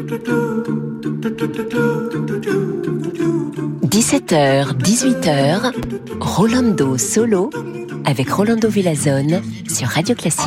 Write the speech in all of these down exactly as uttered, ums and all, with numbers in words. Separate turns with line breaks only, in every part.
dix-sept heures, dix-huit heures, Rolando Solo avec Rolando Villazone sur Radio Classique.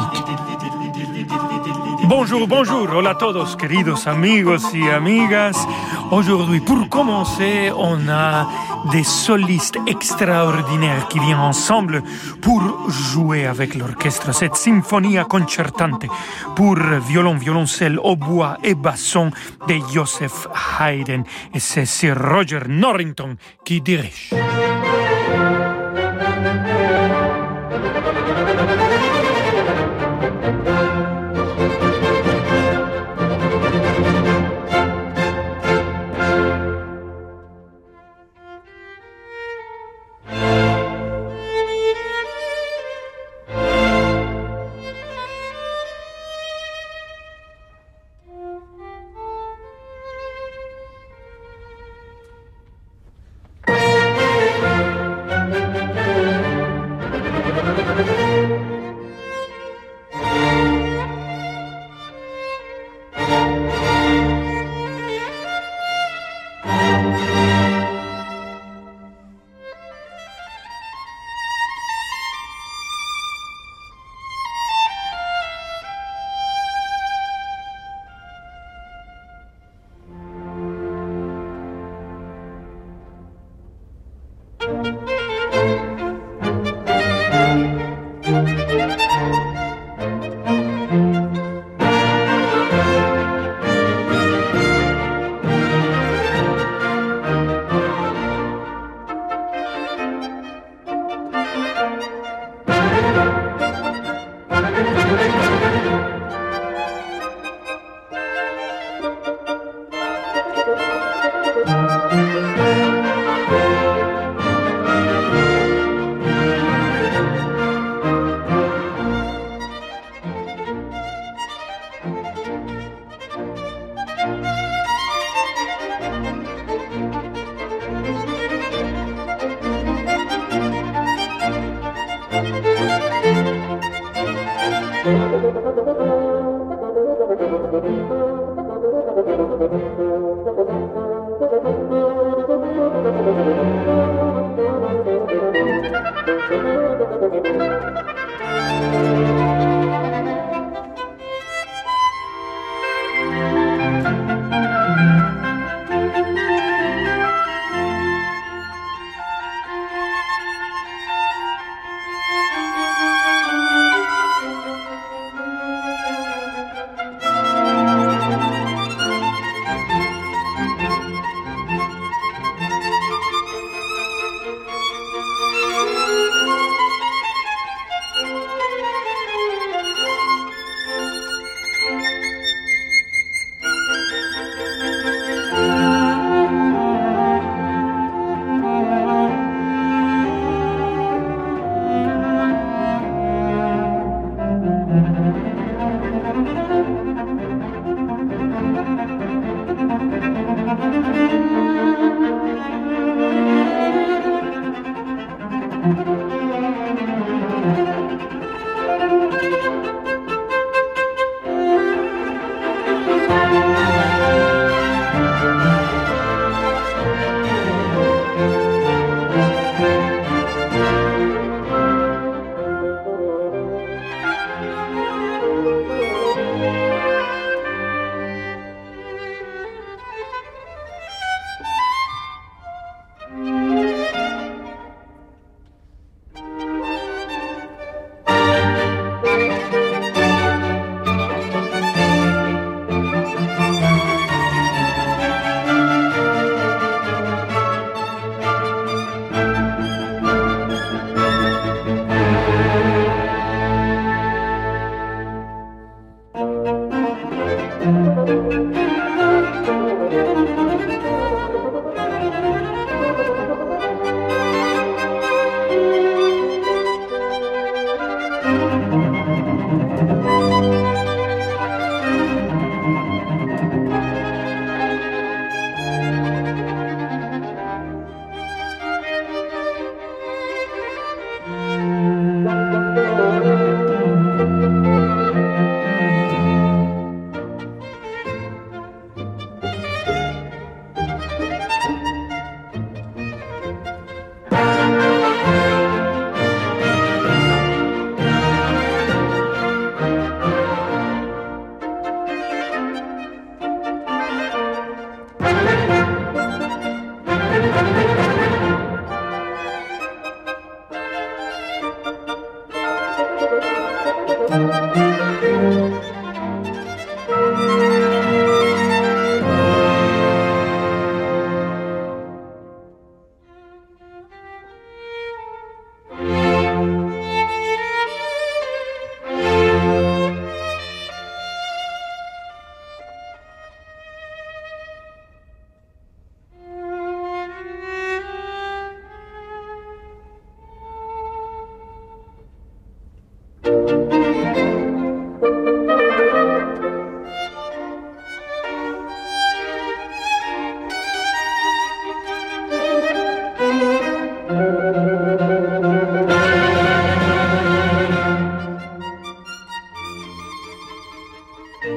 Bonjour, bonjour, hola a todos, queridos amigos y amigas. Aujourd'hui, pour commencer, on a des solistes extraordinaires qui viennent ensemble pour jouer avec l'orchestre cette Sinfonia Concertante pour violon, violoncelle, hautbois et basson de Joseph Haydn. Et c'est Sir Roger Norrington qui dirige.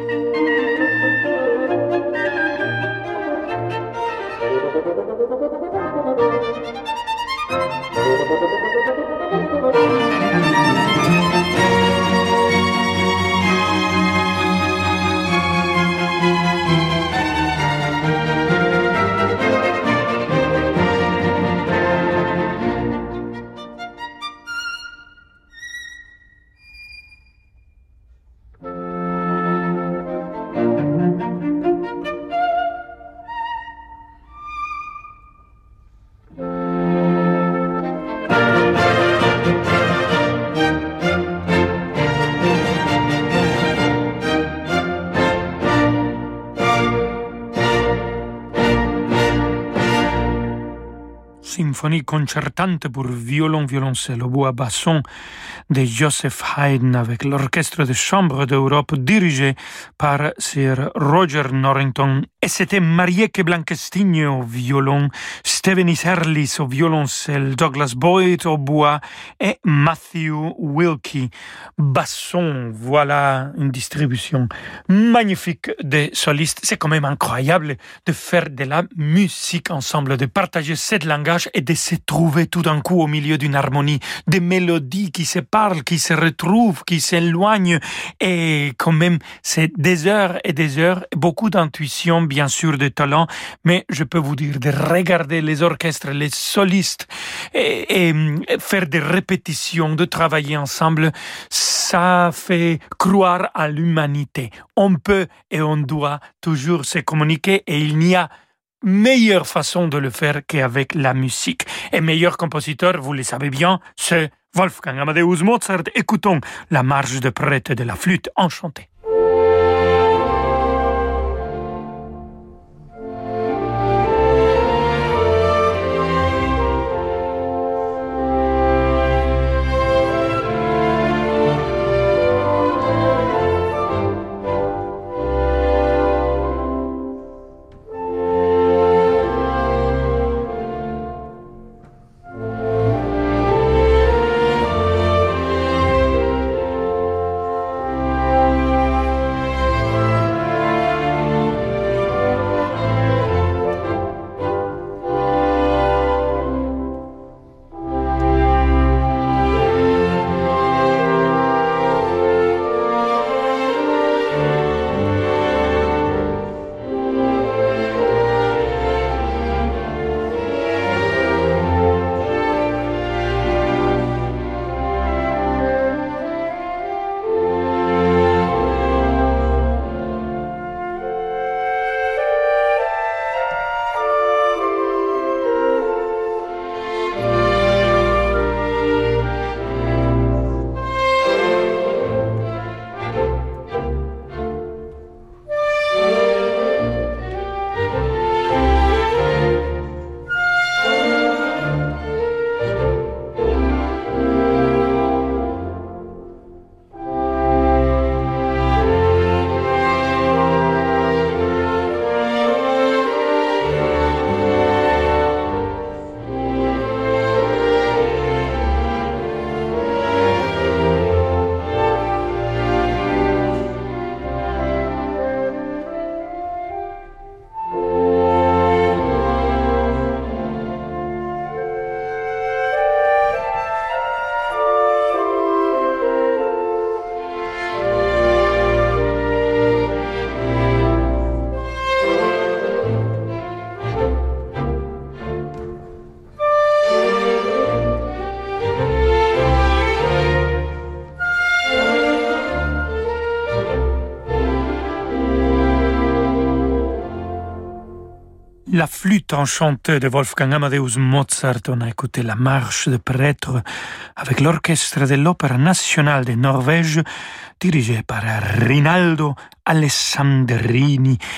Symphonie concertante pour violon, violoncelle, oboe, basson de Joseph Haydn avec l'Orchestre de chambre d'Europe dirigé par Sir Roger Norrington. Et c'était Marieke Blankestein au violon, Stephen Isserlis au violoncelle, Douglas Boyd au bois et Matthew Wilkie basson. Voilà une distribution magnifique des solistes. C'est quand même incroyable de faire de la musique ensemble, de partager ce langage et de se trouver tout d'un coup au milieu d'une harmonie, des mélodies qui se parlent, qui se retrouvent, qui s'éloignent. Et quand même, c'est des heures et des heures, beaucoup d'intuition, bien sûr, de talent, mais je peux vous dire de regarder les orchestres, les solistes et, et faire des répétitions, de travailler ensemble, ça fait croire à l'humanité. On peut et on doit toujours se communiquer et il n'y a meilleure façon de le faire qu'avec la musique. Et meilleur compositeur, vous le savez bien, c'est Wolfgang Amadeus Mozart. Écoutons la marche de prêtre de la flûte enchantée. La flûte enchantée de Wolfgang Amadeus Mozart. On a écouté la marche de prêtre avec l'orchestre de l'Opéra nationale de Norvège, dirigé par Rinaldo Alessandrini.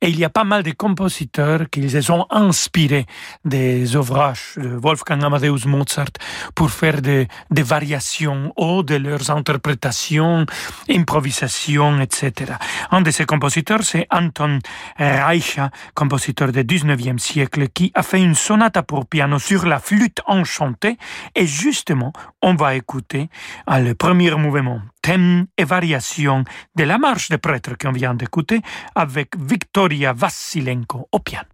Et il y a pas mal de compositeurs qui se sont inspirés des ouvrages de Wolfgang Amadeus Mozart pour faire des, des variations ou de leurs interprétations, improvisations, et cetera. Un de ces compositeurs, c'est Anton Reicha, compositeur du dix-neuvième siècle, qui a fait une sonate pour piano sur la flûte enchantée. Et justement, on va écouter le premier mouvement, thème et variation de la marche des prêtres qu'on vient d'écouter avec Victoria Vassilenko au piano.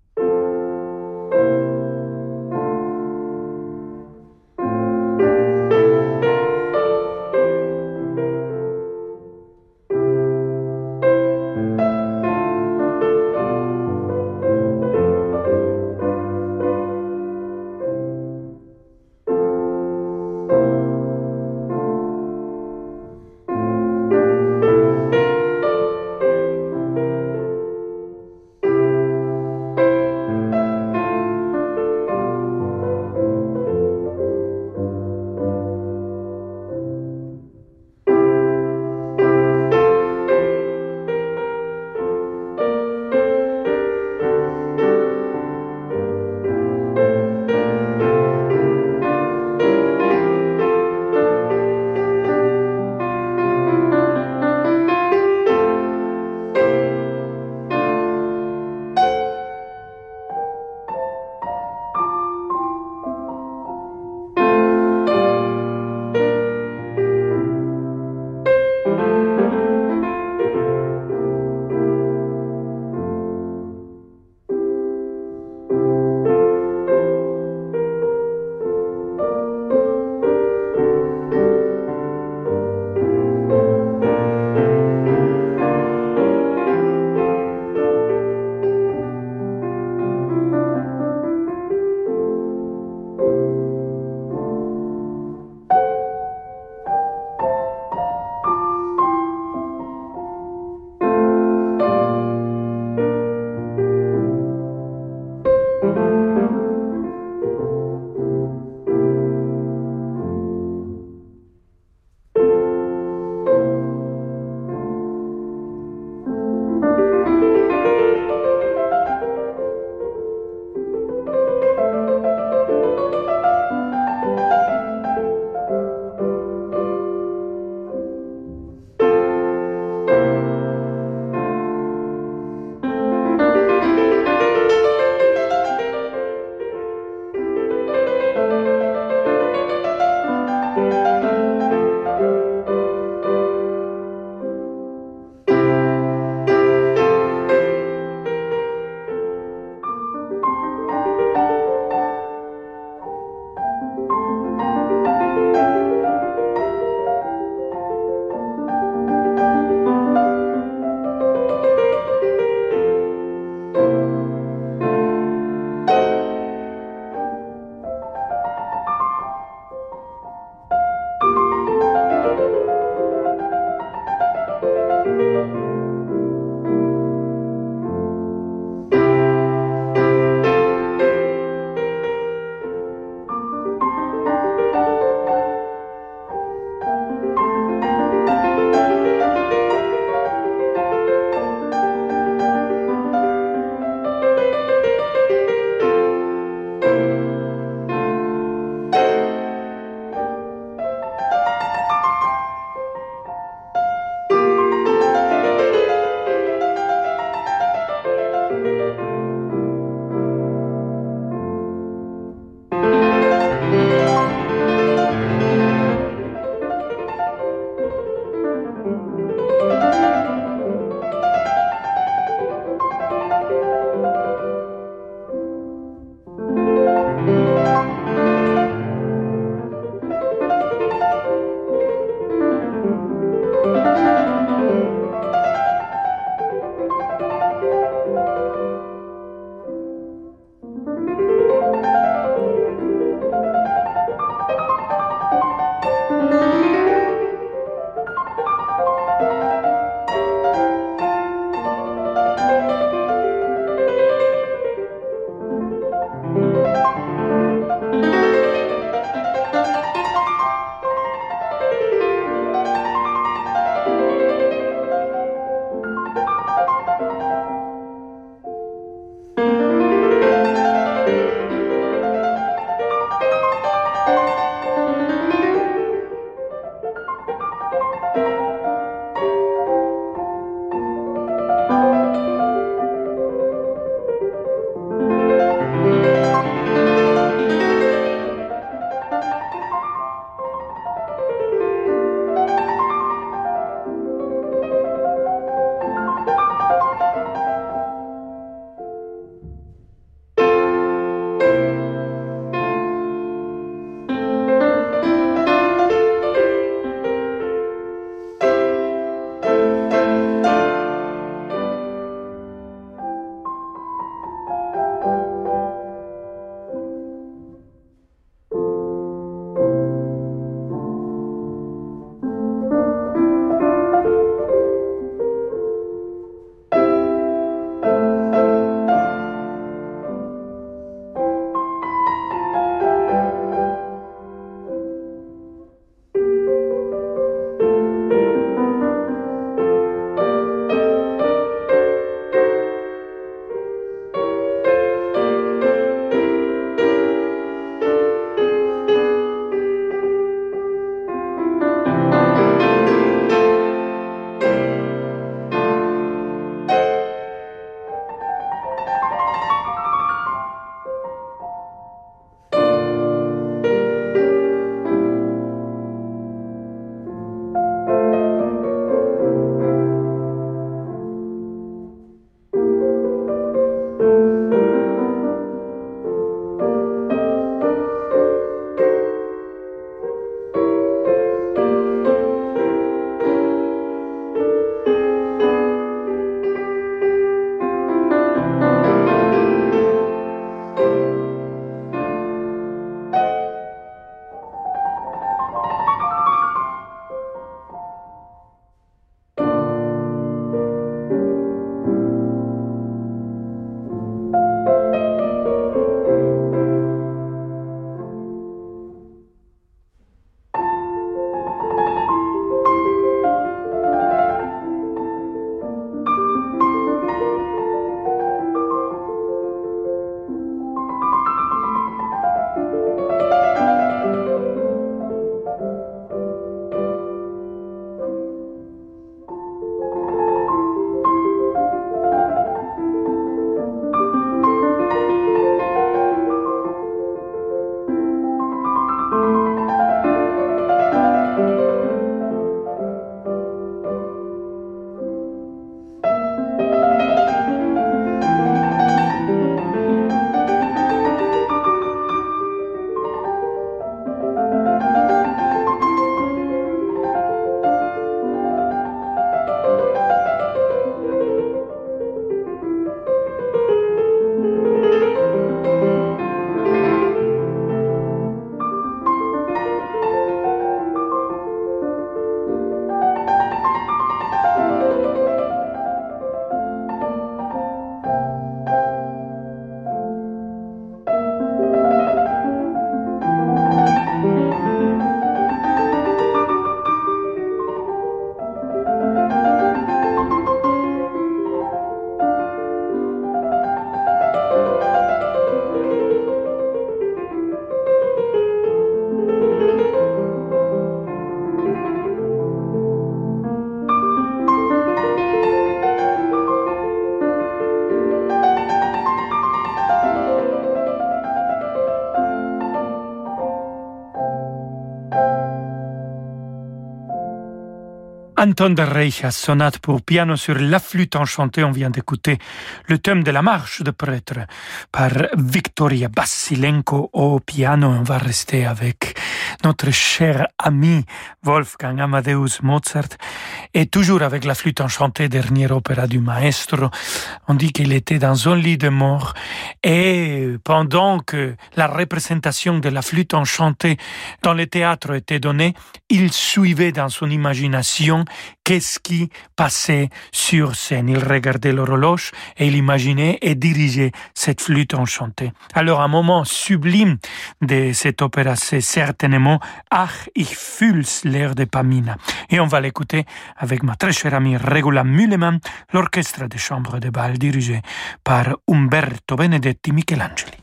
Anton de Reicha, sonate pour piano sur la flûte enchantée. On vient d'écouter le thème de la marche de prêtre par Victoria Bassilenko au piano. On va rester avec notre cher ami Wolfgang Amadeus Mozart et toujours avec la flûte enchantée, dernier opéra du maestro. On dit qu'il était dans un lit de mort et pendant que la représentation de la flûte enchantée dans le théâtre était donnée, il suivait dans son imagination qu'est-ce qui passait sur scène. Il regardait l'horloge et il imaginait et dirigeait cette flûte enchantée. Alors un moment sublime de cet opéra, c'est certainement Ach, ich fühl's, l'air de Pamina. Et on va l'écouter avec ma très chère amie Regula Müllemann, l'orchestre de chambre de bal dirigé par Umberto Benedetti Michelangeli.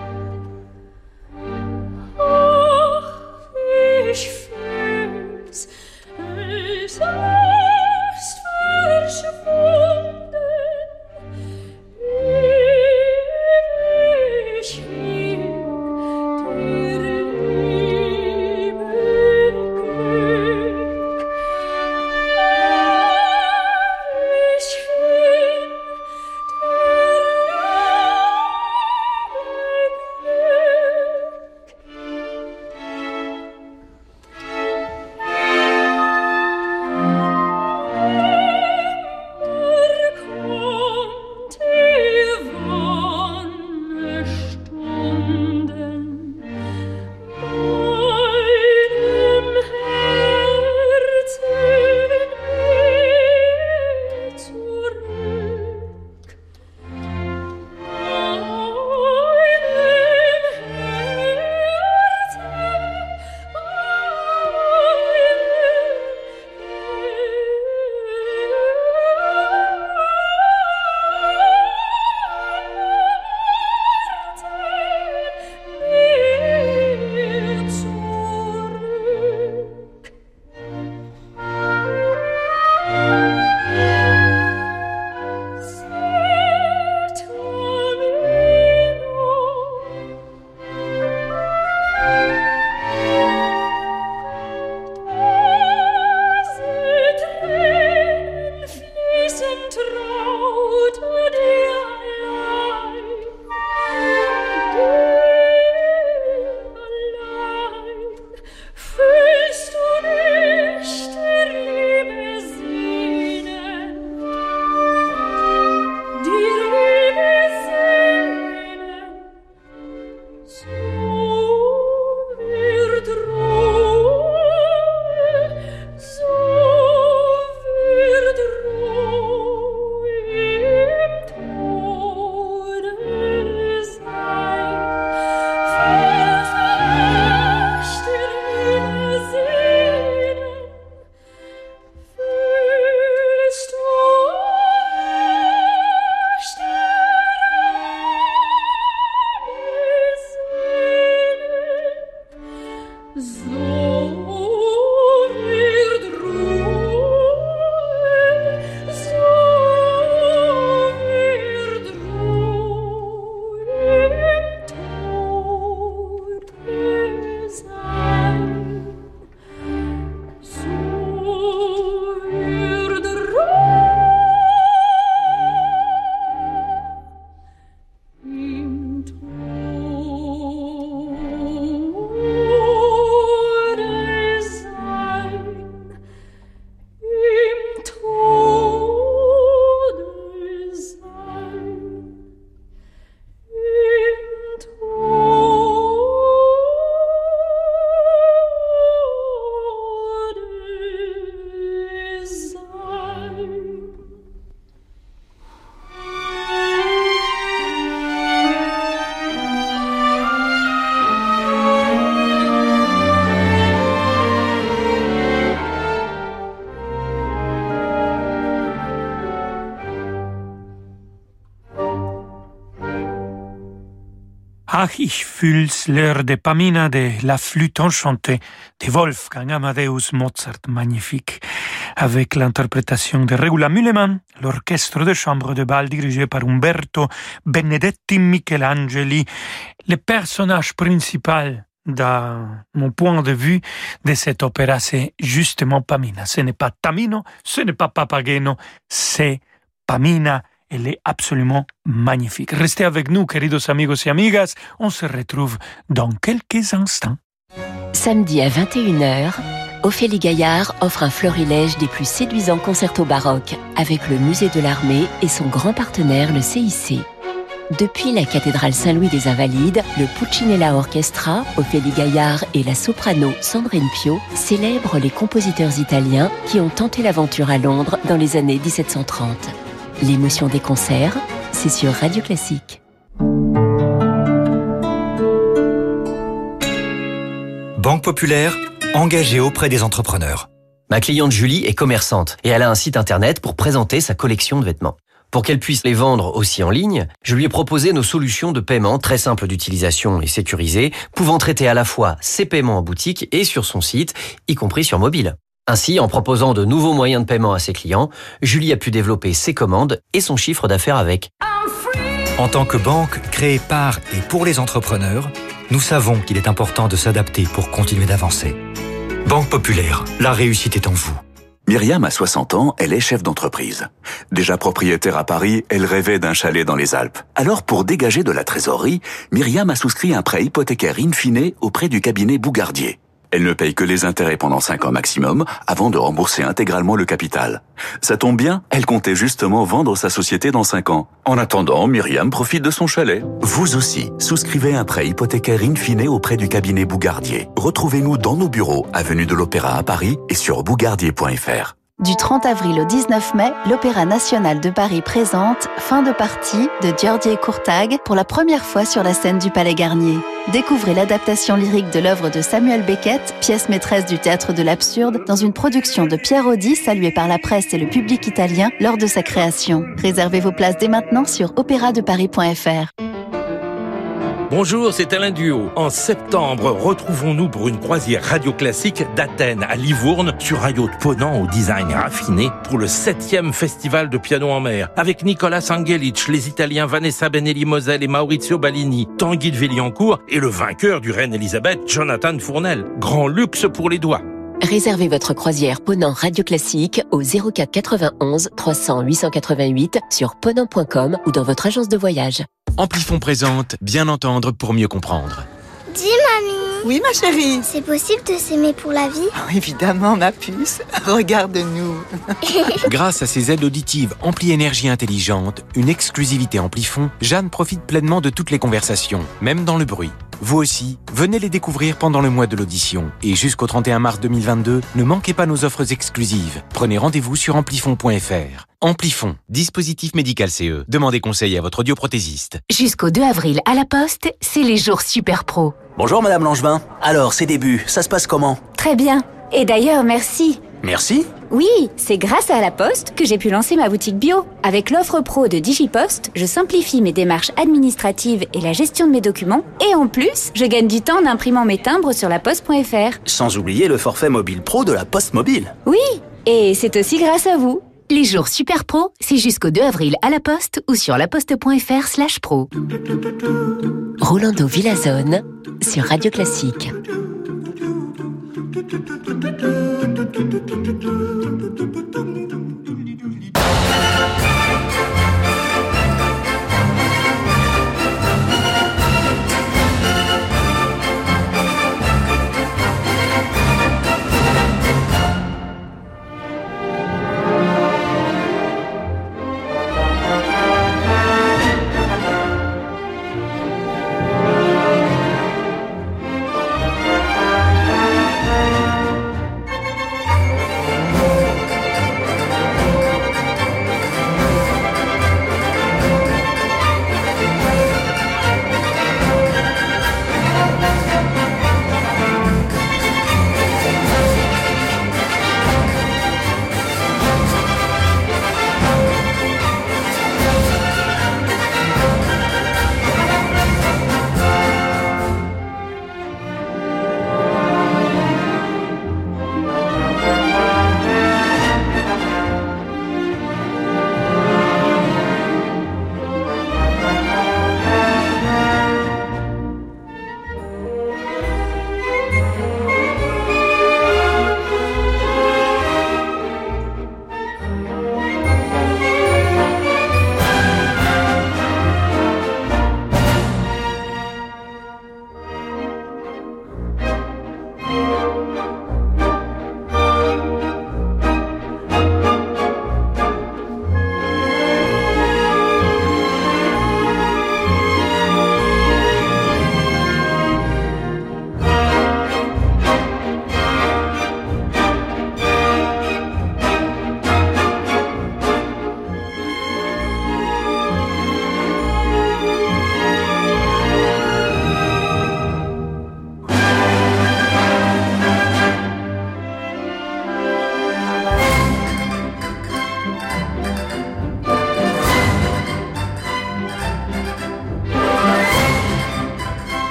Ach, ich fühl's, es ist verschwunden, ewig hin, dir Liebe Glück. Ewig hin,
Ach, ich fühl's, l'air de Pamina de la flûte enchantée de Wolfgang Amadeus Mozart, magnifique, avec l'interprétation de Regula Müllemann, l'orchestre de chambre de bal dirigé par Umberto Benedetti Michelangeli. Le personnage principal dans mon point de vue de cet opéra, c'est justement Pamina. Ce n'est pas Tamino, ce n'est pas Papageno, c'est Pamina. Elle est absolument magnifique. Restez avec nous, queridos amigos et amigas. On se retrouve dans quelques instants.
Samedi à vingt et une heures, Ophélie Gaillard offre un florilège des plus séduisants concertos baroques avec le Musée de l'Armée et son grand partenaire, le C I C. Depuis la cathédrale Saint-Louis des Invalides, le Puccinella Orchestra, Ophélie Gaillard et la soprano Sandrine Pio célèbrent les compositeurs italiens qui ont tenté l'aventure à Londres dans les années dix-sept cent trente. L'émotion des concerts, c'est sur Radio Classique.
Banque Populaire, engagée auprès des entrepreneurs.
Ma cliente Julie est commerçante et elle a un site internet pour présenter sa collection de vêtements. Pour qu'elle puisse les vendre aussi en ligne, je lui ai proposé nos solutions de paiement très simples d'utilisation et sécurisées, pouvant traiter à la fois ses paiements en boutique et sur son site, y compris sur mobile. Ainsi, en proposant de nouveaux moyens de paiement à ses clients, Julie a pu développer ses commandes et son chiffre d'affaires avec.
En tant que banque créée par et pour les entrepreneurs, nous savons qu'il est important de s'adapter pour continuer d'avancer. Banque Populaire, la réussite est en vous.
Myriam a soixante ans, elle est chef d'entreprise. Déjà propriétaire à Paris, elle rêvait d'un chalet dans les Alpes. Alors, pour dégager de la trésorerie, Myriam a souscrit un prêt hypothécaire in fine auprès du cabinet Bougardier. Elle ne paye que les intérêts pendant cinq ans maximum avant de rembourser intégralement le capital. Ça tombe bien, elle comptait justement vendre sa société dans cinq ans. En attendant, Myriam profite de son chalet. Vous aussi, souscrivez un prêt hypothécaire in fine auprès du cabinet Bougardier. Retrouvez-nous dans nos bureaux, avenue de l'Opéra à Paris et sur bougardier point f r.
Du trente avril au dix-neuf mai, l'Opéra national de Paris présente Fin de partie de György Kurtág pour la première fois sur la scène du Palais Garnier. Découvrez l'adaptation lyrique de l'œuvre de Samuel Beckett, pièce maîtresse du théâtre de l'absurde, dans une production de Pierre Audi saluée par la presse et le public italien lors de sa création. Réservez vos places dès maintenant sur opéra de paris point f r.
Bonjour, c'est Alain Duhaut. En septembre, retrouvons-nous pour une croisière radio classique d'Athènes à Livourne sur un yacht ponant au design raffiné pour le septième festival de piano en mer avec Nicolas Angelic, les Italiens Vanessa Benelli-Moselle et Maurizio Ballini, Tanguy de Villancourt et le vainqueur du Reine Elisabeth, Jonathan Fournel. Grand luxe pour les doigts.
Réservez votre croisière Ponant Radio Classique au zéro quatre quatre-vingt-onze trois cents huit cent quatre-vingt-huit sur ponant point com ou dans votre agence de voyage.
Amplifon présente Bien entendre pour mieux comprendre.
Dis mamie.
Oui ma chérie.
C'est possible de s'aimer pour la vie?
Oh, évidemment ma puce. Regarde-nous.
Grâce à ses aides auditives Ampli Énergie Intelligente, une exclusivité Amplifon, Jeanne profite pleinement de toutes les conversations, même dans le bruit. Vous aussi, venez les découvrir pendant le mois de l'audition. Et jusqu'au trente et un mars deux mille vingt-deux, ne manquez pas nos offres exclusives. Prenez rendez-vous sur amplifon point f r. Amplifon, dispositif médical C E. Demandez conseil à votre audioprothésiste.
Jusqu'au deux avril, à la Poste, c'est les jours super pro.
Bonjour Madame Langevin. Alors, ces débuts, ça se passe comment?
Très bien. Et d'ailleurs, merci.
Merci.
Oui, c'est grâce à la Poste que j'ai pu lancer ma boutique bio. Avec l'offre pro de DigiPost, je simplifie mes démarches administratives et la gestion de mes documents. Et en plus, je gagne du temps en imprimant mes timbres sur la poste point f r.
Sans oublier le forfait mobile pro de la Poste Mobile.
Oui, et c'est aussi grâce à vous. Les jours super pro, c'est jusqu'au deux avril à la Poste ou sur laposte point f r slash pro.
Rolando Villazone sur Radio Classique.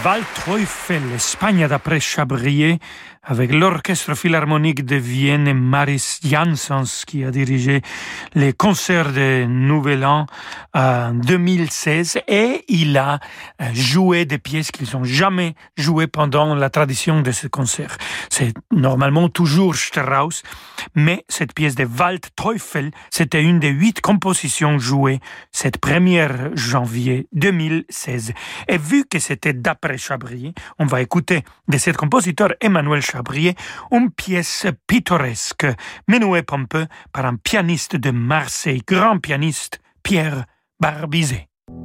Waldteufel, Espagne d'après Chabrier, avec l'Orchestre Philharmonique de Vienne et Maris Janssens qui a dirigé les concerts de Nouvel An en deux mille seize, et il a joué des pièces qu'ils n'ont jamais jouées pendant la tradition de ce concert. C'est normalement toujours Strauss, mais cette pièce de Waldteufel, c'était une des huit compositions jouées cette premier janvier deux mille seize. Et vu que c'était d'après Chabrier, on va écouter de cet compositeur Emmanuel Chabrier une pièce pittoresque, Menuet pompeux, par un pianiste de Marseille, grand pianiste, Pierre Barbizet.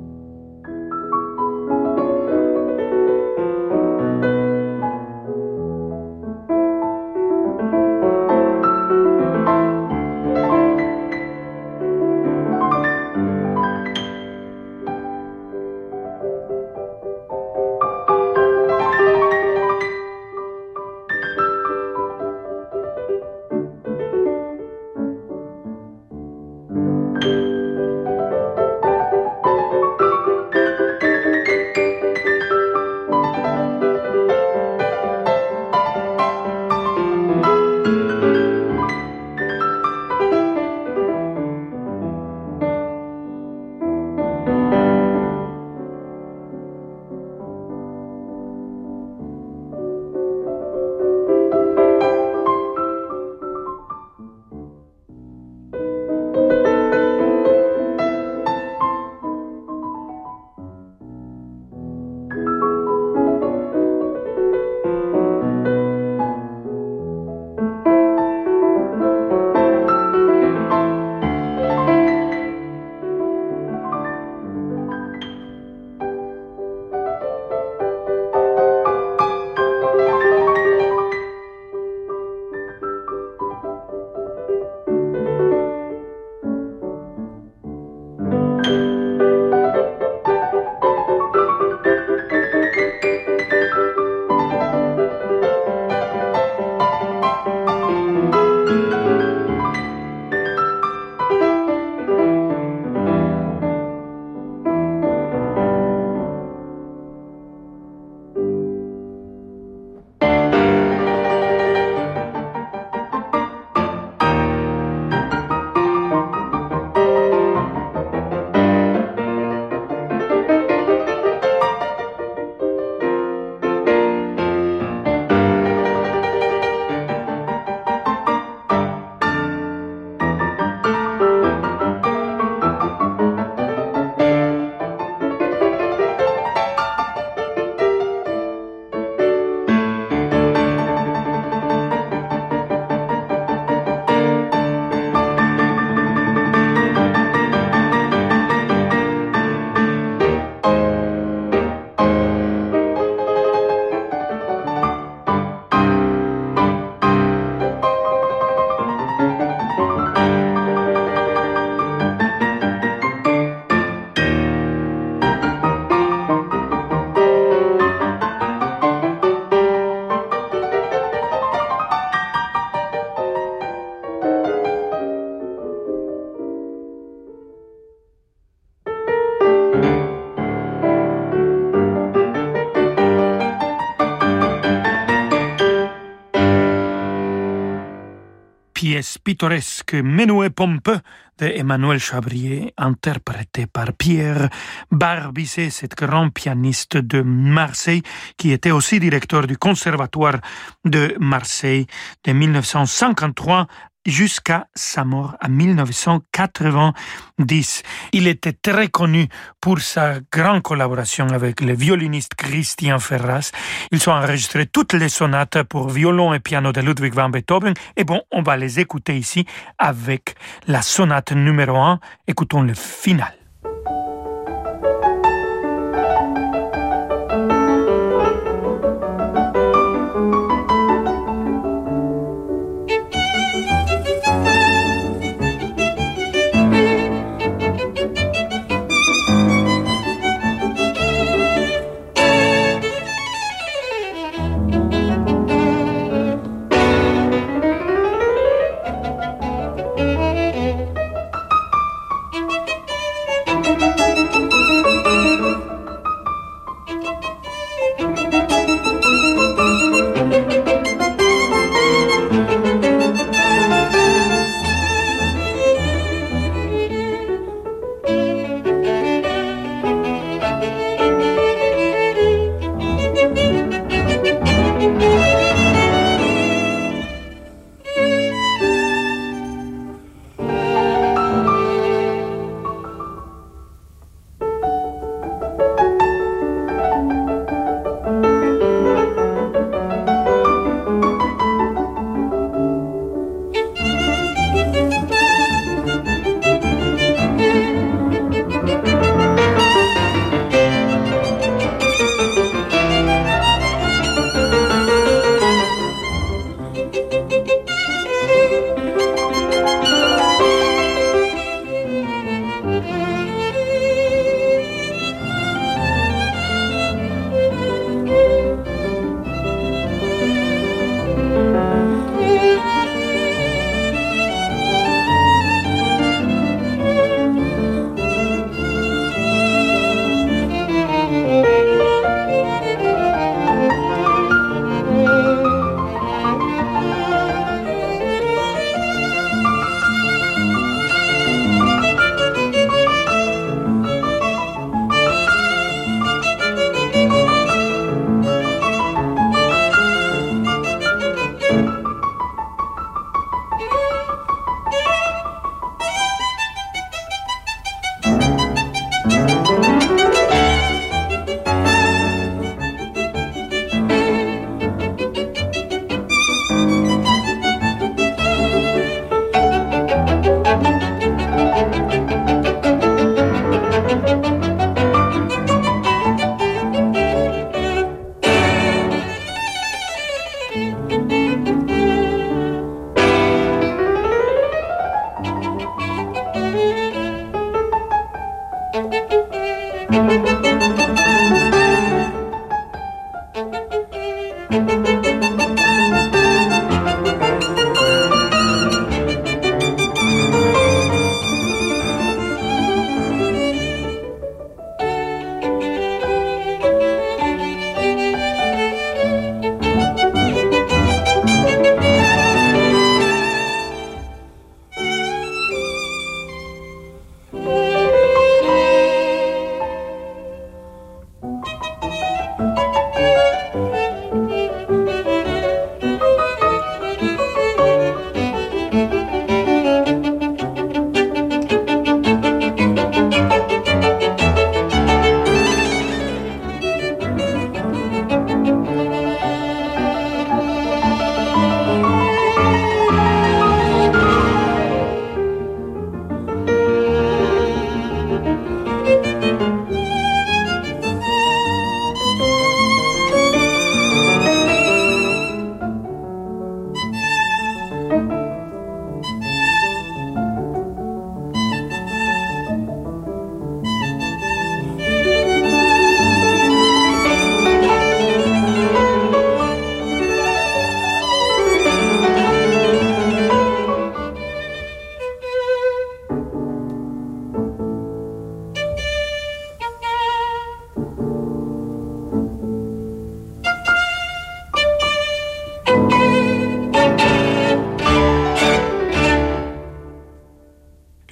Pièce pittoresque Menuet pompeux de Emmanuel Chabrier, interprété par Pierre Barbizet, cet grand pianiste de Marseille, qui était aussi directeur du Conservatoire de Marseille de mille neuf cent cinquante-trois jusqu'à sa mort en mille neuf cent quatre-vingt-dix. Il était très connu pour sa grande collaboration avec le violoniste Christian Ferras. Ils ont enregistré toutes les sonates pour violon et piano de Ludwig van Beethoven. Et bon, on va les écouter ici avec la sonate numéro un. Écoutons le final.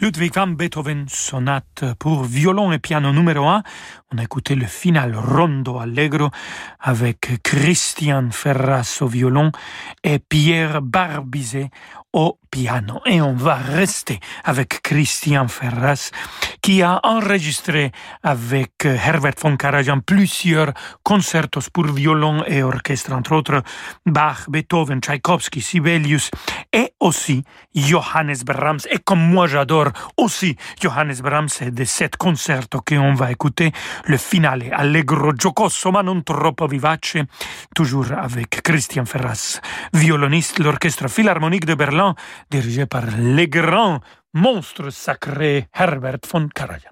Ludwig van Beethoven, sonate pour violon et piano numéro un. On a écouté le final rondo allegro avec Christian Ferras au violon et Pierre Barbizet au piano. Et on va rester avec Christian Ferras qui a enregistré avec Herbert von Karajan plusieurs concertos pour violon et orchestre, entre autres Bach, Beethoven, Tchaïkovski, Sibelius et aussi Johannes Brahms. Et comme moi j'adore aussi Johannes Brahms, c'est de cet concerto qu'on va écouter le finale allegro giocoso ma non troppo vivace, toujours avec Christian Ferras, violoniste, l'orchestre philharmonique de Berlin dirigé par le grand monstre sacré Herbert von Karajan.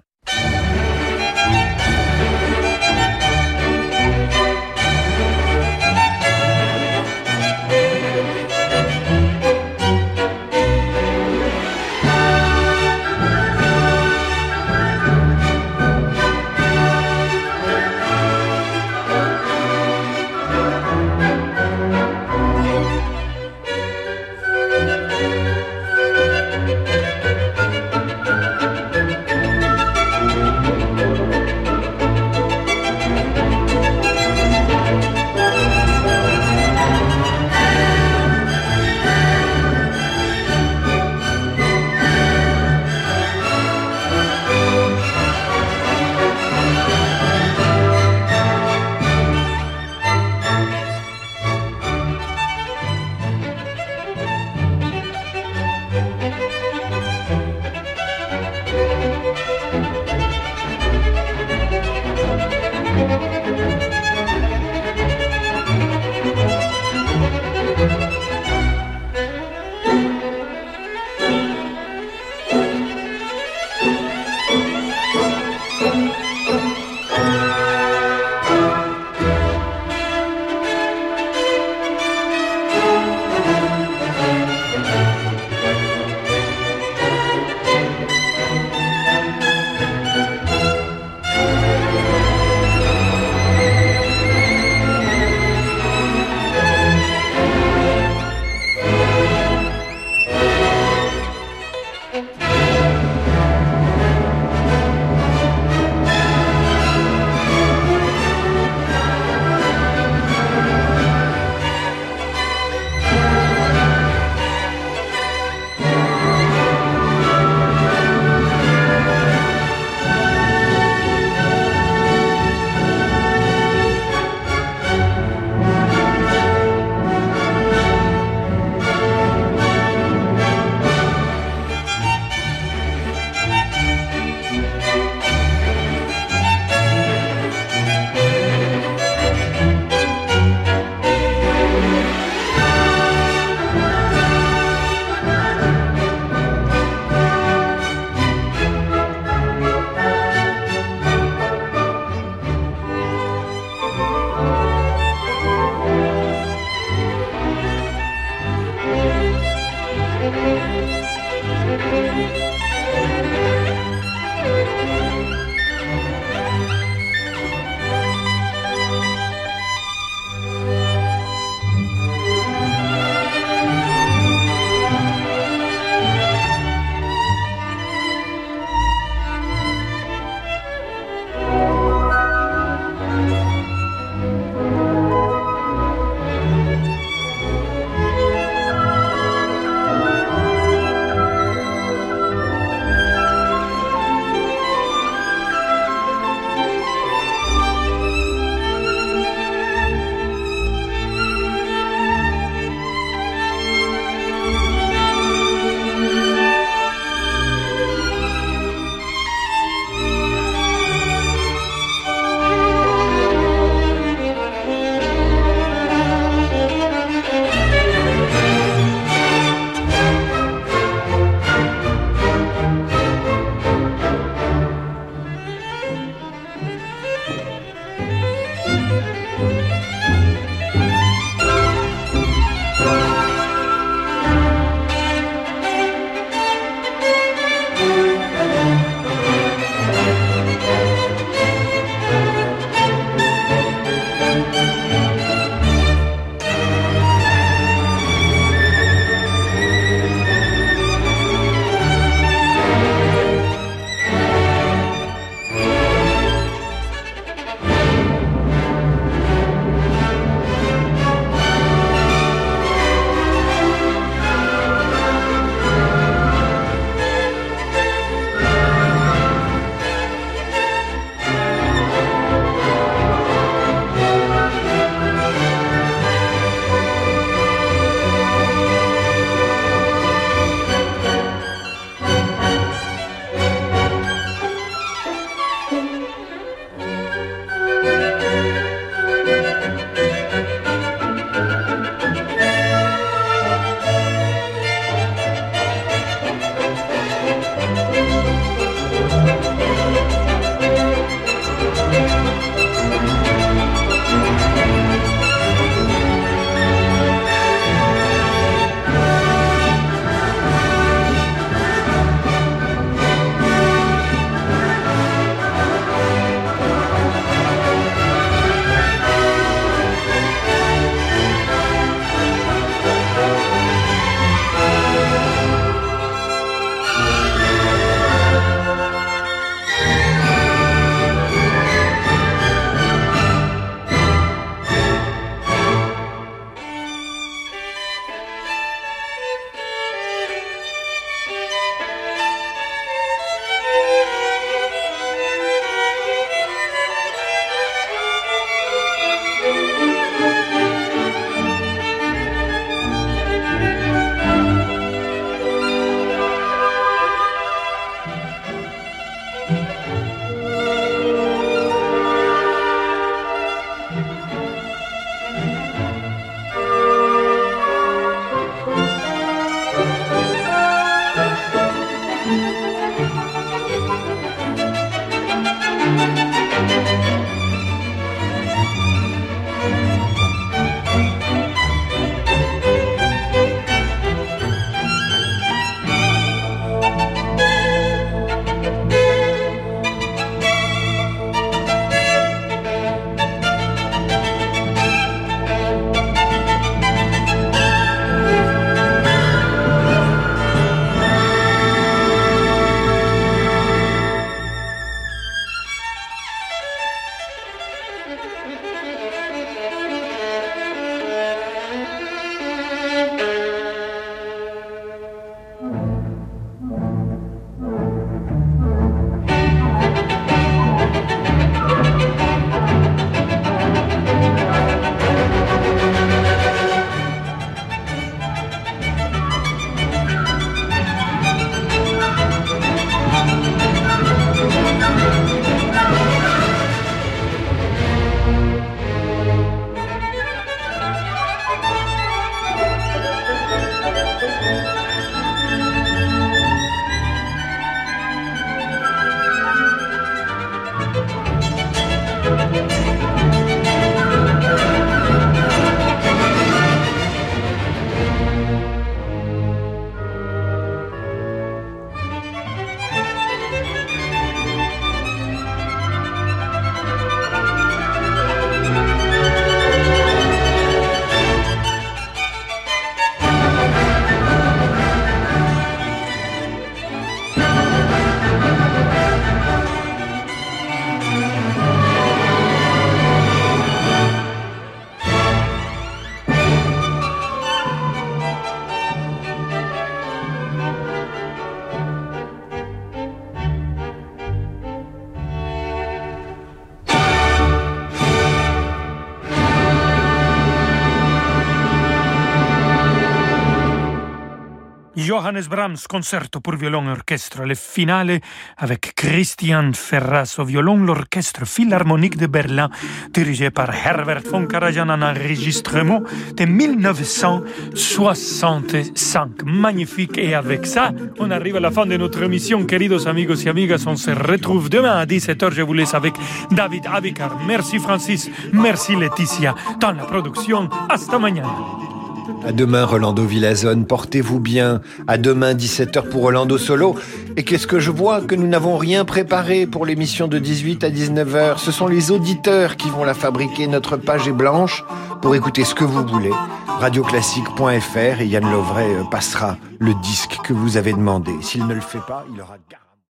Johannes Brahms, concerto pour violon et orchestre, le finale avec Christian Ferras au violon, l'orchestre philharmonique de Berlin, dirigé par Herbert von Karajan, en enregistrement de dix-neuf cent soixante-cinq. Magnifique, et avec ça, on arrive à la fin de notre émission, queridos amigos y amigas. On se retrouve demain à dix-sept heures. Je vous laisse avec David Abicar. Merci Francis, merci Laetitia dans la production. Hasta mañana.
À demain, Rolando Villazone, portez-vous bien. À demain, dix-sept heures pour Rolando Solo. Et qu'est-ce que je vois? Que nous n'avons rien préparé pour l'émission de dix-huit à dix-neuf heures. Ce sont les auditeurs qui vont la fabriquer. Notre page est blanche pour écouter ce que vous voulez. radioclassique point f r et Yann Lovray passera le disque que vous avez demandé. S'il ne le fait pas, il aura...